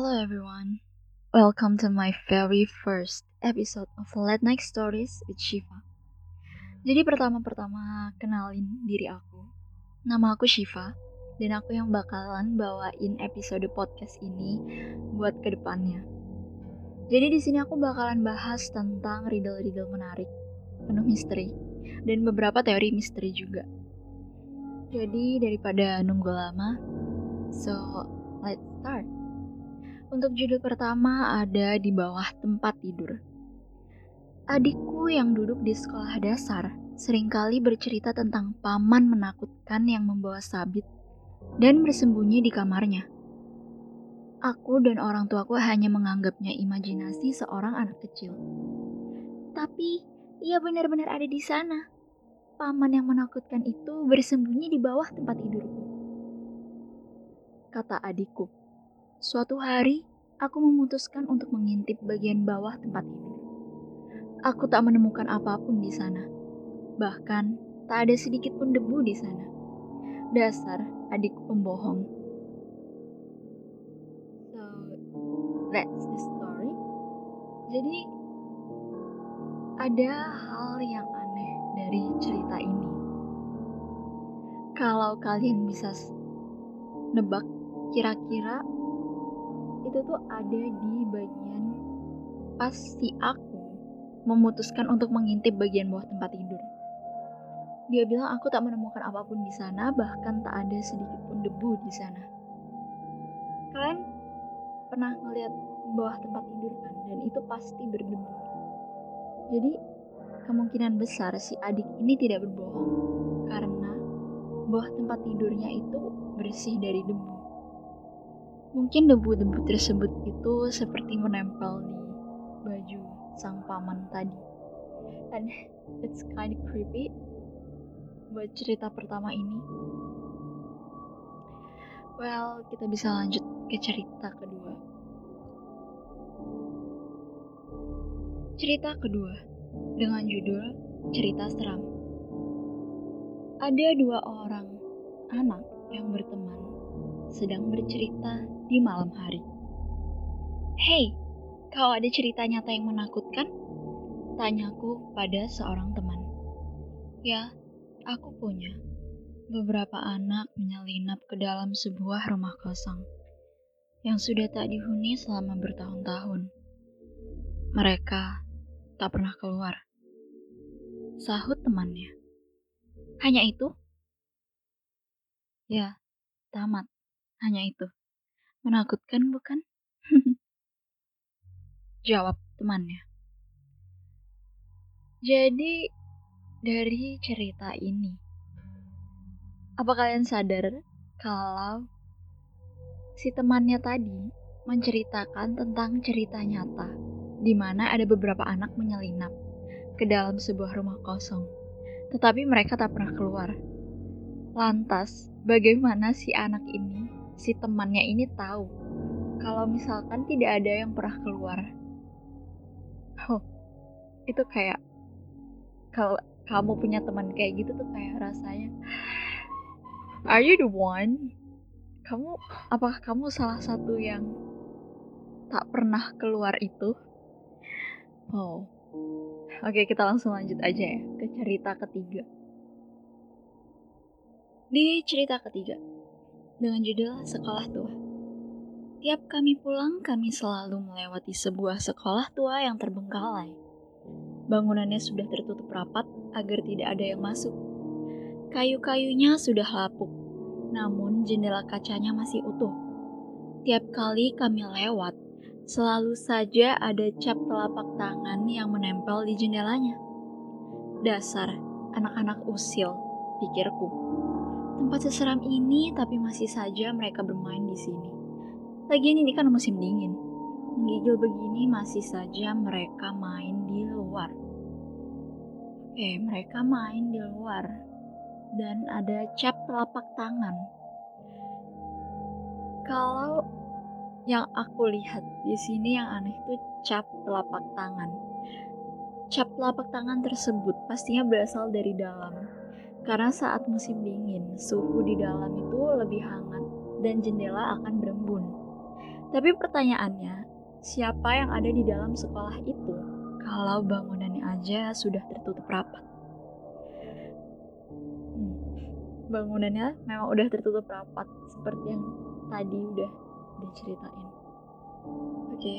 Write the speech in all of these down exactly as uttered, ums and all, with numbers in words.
Hello everyone, welcome to my very first episode of Late Night Stories with Shiva. Jadi pertama-pertama kenalin diri aku, nama aku Shiva, dan aku yang bakalan bawain episode podcast ini buat kedepannya. Jadi di sini aku bakalan bahas tentang riddle-riddle menarik, penuh misteri, dan beberapa teori misteri juga. Jadi daripada nunggu lama, so let's start. Untuk judul pertama ada di bawah tempat tidur. Adikku yang duduk di sekolah dasar seringkali bercerita tentang paman menakutkan yang membawa sabit dan bersembunyi di kamarnya. Aku dan orang tuaku hanya menganggapnya imajinasi seorang anak kecil. Tapi ia benar-benar ada di sana. Paman yang menakutkan itu bersembunyi di bawah tempat tidurku, kata adikku. Suatu hari, aku memutuskan untuk mengintip bagian bawah tempat tidur. Aku tak menemukan apapun di sana. Bahkan, tak ada sedikit pun debu di sana. Dasar adikku pembohong. So, that's the story. Jadi, ada hal yang aneh dari cerita ini. Kalau kalian bisa nebak, kira-kira itu tuh ada di bagian pas si aku memutuskan untuk mengintip bagian bawah tempat tidur. Dia bilang aku tak menemukan apapun di sana, bahkan tak ada sedikit pun debu di sana. Kalian pernah ngeliat bawah tempat tidur kan? Dan itu pasti berdebu. Jadi kemungkinan besar si adik ini tidak berbohong, karena bawah tempat tidurnya itu bersih dari debu. Mungkin debu-debu tersebut itu seperti menempel di baju sang paman tadi. And it's kind of creepy buat cerita pertama ini. Well, kita bisa lanjut ke cerita kedua. Cerita kedua dengan judul Cerita Seram. Ada dua orang anak yang berteman sedang bercerita di malam hari. Hei, kau ada cerita nyata yang menakutkan? Tanyaku pada seorang teman. Ya, aku punya. Beberapa anak menyelinap ke dalam sebuah rumah kosong yang sudah tak dihuni selama bertahun-tahun. Mereka tak pernah keluar, sahut temannya. Hanya itu? Ya, tamat. Hanya itu. Menakutkan bukan? Jawab temannya. Jadi, dari cerita ini, apa kalian sadar kalau si temannya tadi menceritakan tentang cerita nyata di mana ada beberapa anak menyelinap ke dalam sebuah rumah kosong, tetapi mereka tak pernah keluar. Lantas, bagaimana si anak ini, si temannya ini tahu kalau misalkan tidak ada yang pernah keluar? Oh, itu kayak kalau kamu punya teman kayak gitu tuh kayak rasanya, are you the one? Kamu, apakah kamu salah satu yang tak pernah keluar itu? Oh, oke, kita langsung lanjut aja ya ke cerita ketiga. Di cerita ketiga, dengan judul Sekolah Tua. Tiap kami pulang, kami selalu melewati sebuah sekolah tua yang terbengkalai. Bangunannya sudah tertutup rapat agar tidak ada yang masuk. Kayu-kayunya sudah lapuk, namun jendela kacanya masih utuh. Tiap kali kami lewat, selalu saja ada cap telapak tangan yang menempel di jendelanya. Dasar anak-anak usil, pikirku. Tempat seseram ini, tapi masih saja mereka bermain di sini. Lagian ini kan musim dingin. Menggigil begini masih saja mereka main di luar. Oke, mereka main di luar. Dan ada cap telapak tangan. Kalau yang aku lihat di sini yang aneh itu cap telapak tangan. Cap telapak tangan tersebut pastinya berasal dari dalam. Karena saat musim dingin, suhu di dalam itu lebih hangat dan jendela akan berembun. Tapi pertanyaannya, siapa yang ada di dalam sekolah itu kalau bangunannya aja sudah tertutup rapat? Hmm, bangunannya memang udah tertutup rapat seperti yang tadi udah diceritain. Oke. Okay.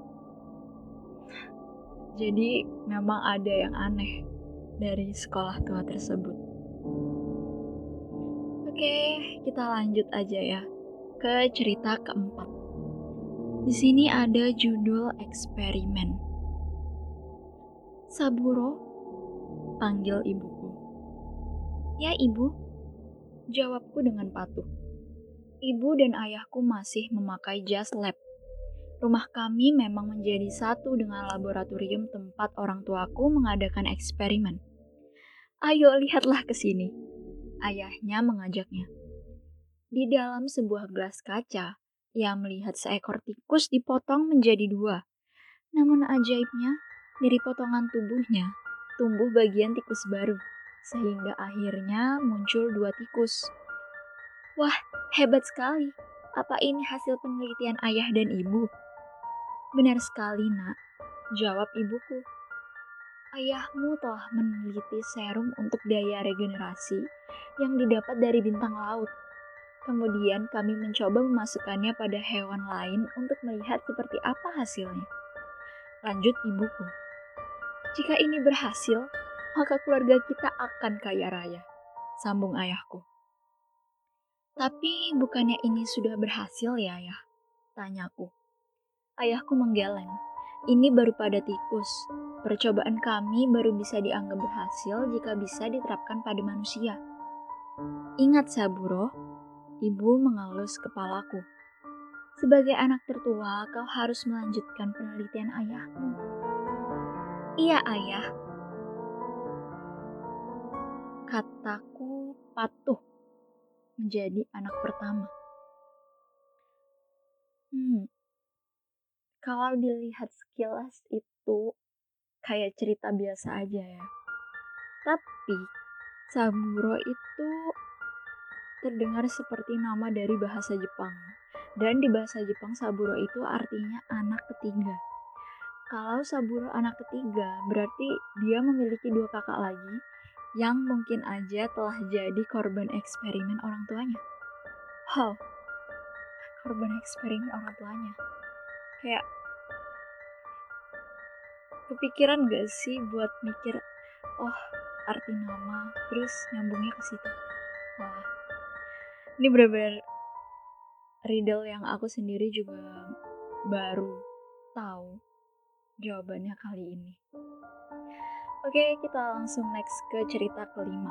Jadi memang ada yang aneh dari sekolah tua tersebut. Oke, kita lanjut aja ya ke cerita keempat. Di sini ada judul eksperimen. Saburo, panggil ibuku. Ya ibu, jawabku dengan patuh. Ibu dan ayahku masih memakai jas lab. Rumah kami memang menjadi satu dengan laboratorium tempat orang tuaku mengadakan eksperimen. Ayo lihatlah ke sini, ayahnya mengajaknya. Di dalam sebuah gelas kaca, ia melihat seekor tikus dipotong menjadi dua. Namun ajaibnya, dari potongan tubuhnya, tumbuh bagian tikus baru, sehingga akhirnya muncul dua tikus. Wah, hebat sekali. Apa ini hasil penelitian ayah dan ibu? Benar sekali, nak, jawab ibuku. Ayahmu telah meneliti serum untuk daya regenerasi yang didapat dari bintang laut. Kemudian kami mencoba memasukkannya pada hewan lain untuk melihat seperti apa hasilnya. Lanjut ibuku. Jika ini berhasil, maka keluarga kita akan kaya raya, sambung ayahku. Tapi bukannya ini sudah berhasil ya, ayah? Tanyaku. Ayahku menggeleng. Ini baru pada tikus. Percobaan kami baru bisa dianggap berhasil jika bisa diterapkan pada manusia. Ingat Saburo, ibu mengelus kepalaku. Sebagai anak tertua, kau harus melanjutkan penelitian ayahmu. Iya, ayah. Kataku patuh menjadi anak pertama. Hmm, kalau dilihat sekilas itu kayak cerita biasa aja ya. Tapi Saburo itu terdengar seperti nama dari bahasa Jepang. Dan di bahasa Jepang Saburo itu artinya anak ketiga. Kalau Saburo anak ketiga, berarti dia memiliki dua kakak lagi yang mungkin aja telah jadi korban eksperimen orang tuanya. Wow, korban eksperimen orang tuanya. Kayak kepikiran gak sih buat mikir, oh arti nama, terus nyambungnya ke situ. Wah, ini benar-benar riddle yang aku sendiri juga baru tahu jawabannya kali ini. Oke, kita langsung next ke cerita kelima.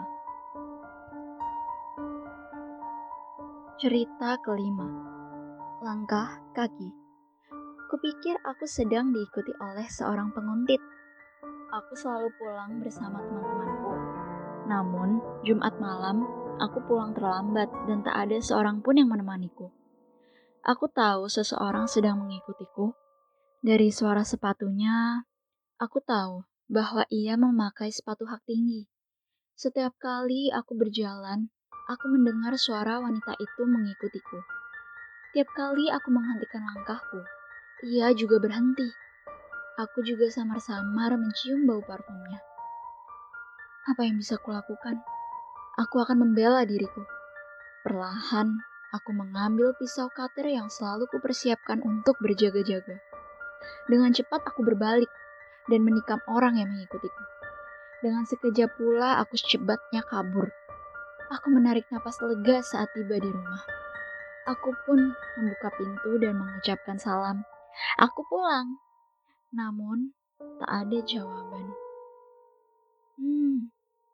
Cerita kelima. Langkah kaki. Kupikir aku sedang diikuti oleh seorang penguntit. Aku selalu pulang bersama teman-temanku. Namun, Jumat malam, aku pulang terlambat dan tak ada seorang pun yang menemaniku. Aku tahu seseorang sedang mengikutiku. Dari suara sepatunya, aku tahu bahwa ia memakai sepatu hak tinggi. Setiap kali aku berjalan, aku mendengar suara wanita itu mengikutiku. Tiap kali aku menghentikan langkahku, ia juga berhenti. Aku juga samar-samar mencium bau parfumnya. Apa yang bisa kulakukan? Aku akan membela diriku. Perlahan, aku mengambil pisau cutter yang selalu kupersiapkan untuk berjaga-jaga. Dengan cepat aku berbalik dan menikam orang yang mengikutiku. Dengan sekejap pula aku secepatnya kabur. Aku menarik napas lega saat tiba di rumah. Aku pun membuka pintu dan mengucapkan salam. Aku pulang. Namun, tak ada jawaban. Hmm.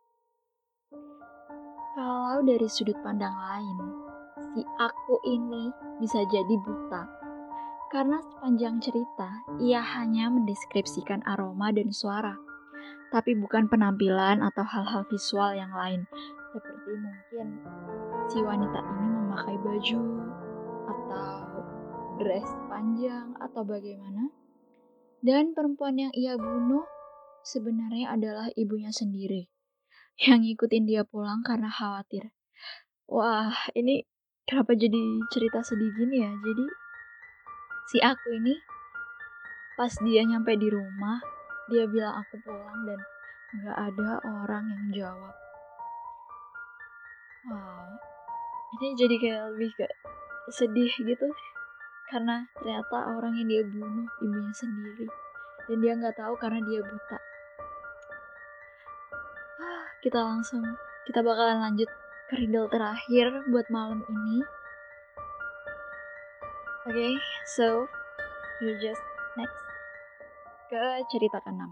Kalau dari sudut pandang lain, si aku ini bisa jadi buta. Karena sepanjang cerita, ia hanya mendeskripsikan aroma dan suara. Tapi bukan penampilan atau hal-hal visual yang lain. Seperti mungkin si wanita ini memakai baju atau dress panjang atau bagaimana. Dan perempuan yang ia bunuh sebenarnya adalah ibunya sendiri yang ngikutin dia pulang karena khawatir. Wah, ini kenapa jadi cerita sedih gini ya? Jadi Si aku ini pas dia nyampe di rumah, dia bilang aku pulang dan gak ada orang yang jawab. Wow, ini jadi kayak lebih ke sedih gitu. Karena ternyata orang yang dia bunuh ibunya sendiri. Dan dia gak tahu karena dia buta. Kita langsung, kita bakalan lanjut ke riddle terakhir buat malam ini. Oke, okay, so we'll just next ke cerita keenam.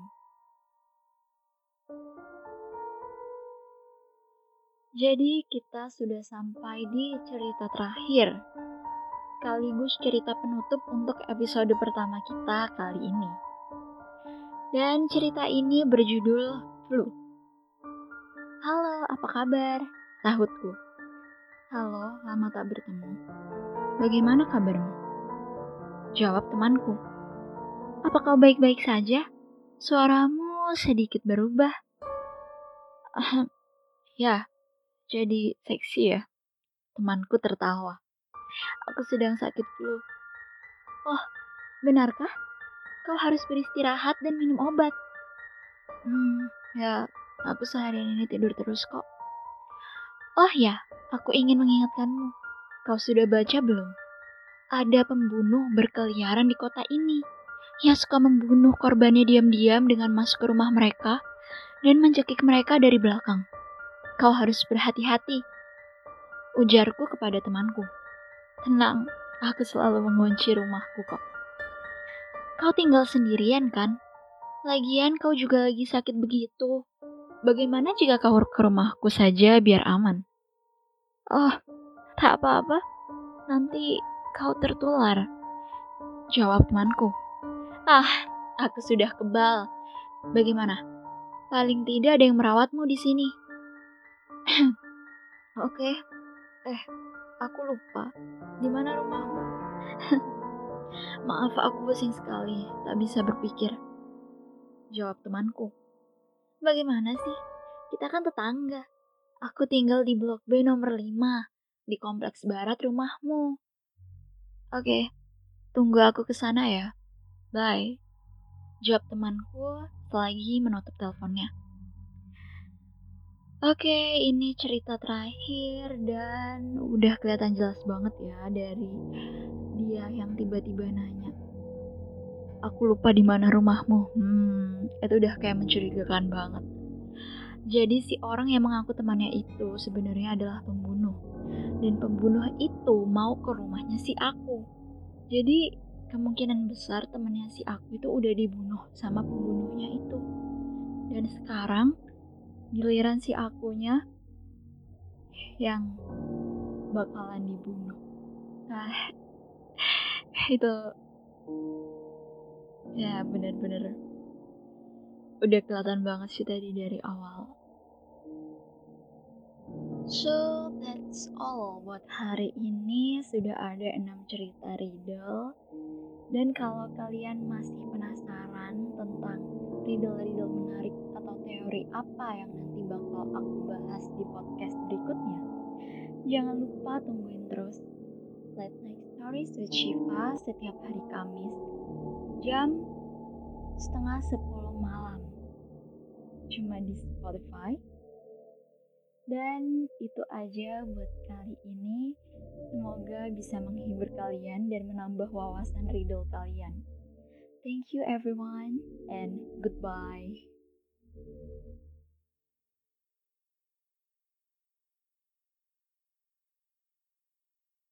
Jadi kita sudah sampai di cerita terakhir, sekaligus cerita penutup untuk episode pertama kita kali ini. Dan cerita ini berjudul Flu. Halo, apa kabar? Sahutku. Halo, lama tak bertemu. Bagaimana kabarmu? Jawab temanku. Apa kau baik-baik saja? Suaramu sedikit berubah. Ahem, ya, jadi seksi ya. Temanku tertawa. Aku sedang sakit flu. Oh, benarkah? Kau harus beristirahat dan minum obat. Hmm, ya, aku seharian ini tidur terus kok. Oh ya, aku ingin mengingatkanmu. Kau sudah baca belum? Ada pembunuh berkeliaran di kota ini. Yang suka membunuh korbannya diam-diam dengan masuk ke rumah mereka dan mencekik mereka dari belakang. Kau harus berhati-hati. Ujarku kepada temanku. Tenang, aku selalu mengunci rumahku kok. Kau tinggal sendirian kan? Lagian kau juga lagi sakit begitu. Bagaimana jika kau ke rumahku saja biar aman? Oh, tak apa-apa. Nanti kau tertular. Jawab temanku. Ah, aku sudah kebal. Bagaimana? Paling tidak ada yang merawatmu di sini. Oke. Eh, aku lupa. Di mana rumahmu? Maaf, aku pusing sekali. Tak bisa berpikir. Jawab temanku. Bagaimana sih? Kita kan tetangga. Aku tinggal di blok B nomor lima. Di kompleks barat rumahmu. Oke, tunggu aku ke sana ya. Bye. Jawab temanku selagi menutup teleponnya. Oke, ini cerita terakhir dan udah kelihatan jelas banget ya dari dia yang tiba-tiba nanya. Aku lupa di mana rumahmu. Hmm, itu udah kayak mencurigakan banget. Jadi si orang yang mengaku temannya itu sebenarnya adalah pembunuh. Dan pembunuh itu mau ke rumahnya si aku. Jadi kemungkinan besar temannya si aku itu udah dibunuh sama pembunuhnya itu. Dan sekarang giliran si akunya yang bakalan dibunuh. Nah, itu ya bener-bener udah kelihatan banget sih tadi dari awal. So that's all buat hari ini. Sudah ada enam cerita riddle. Dan kalau kalian masih penasaran tentang riddle-riddle menarik atau teori apa yang nanti bakal aku bahas di podcast berikutnya, jangan lupa tungguin terus Late Night Stories with Shiva setiap hari Kamis jam setengah sepuluh malam cuma di Spotify. Dan itu aja buat kali ini. Semoga bisa menghibur kalian dan menambah wawasan riddle kalian. Thank you everyone and goodbye.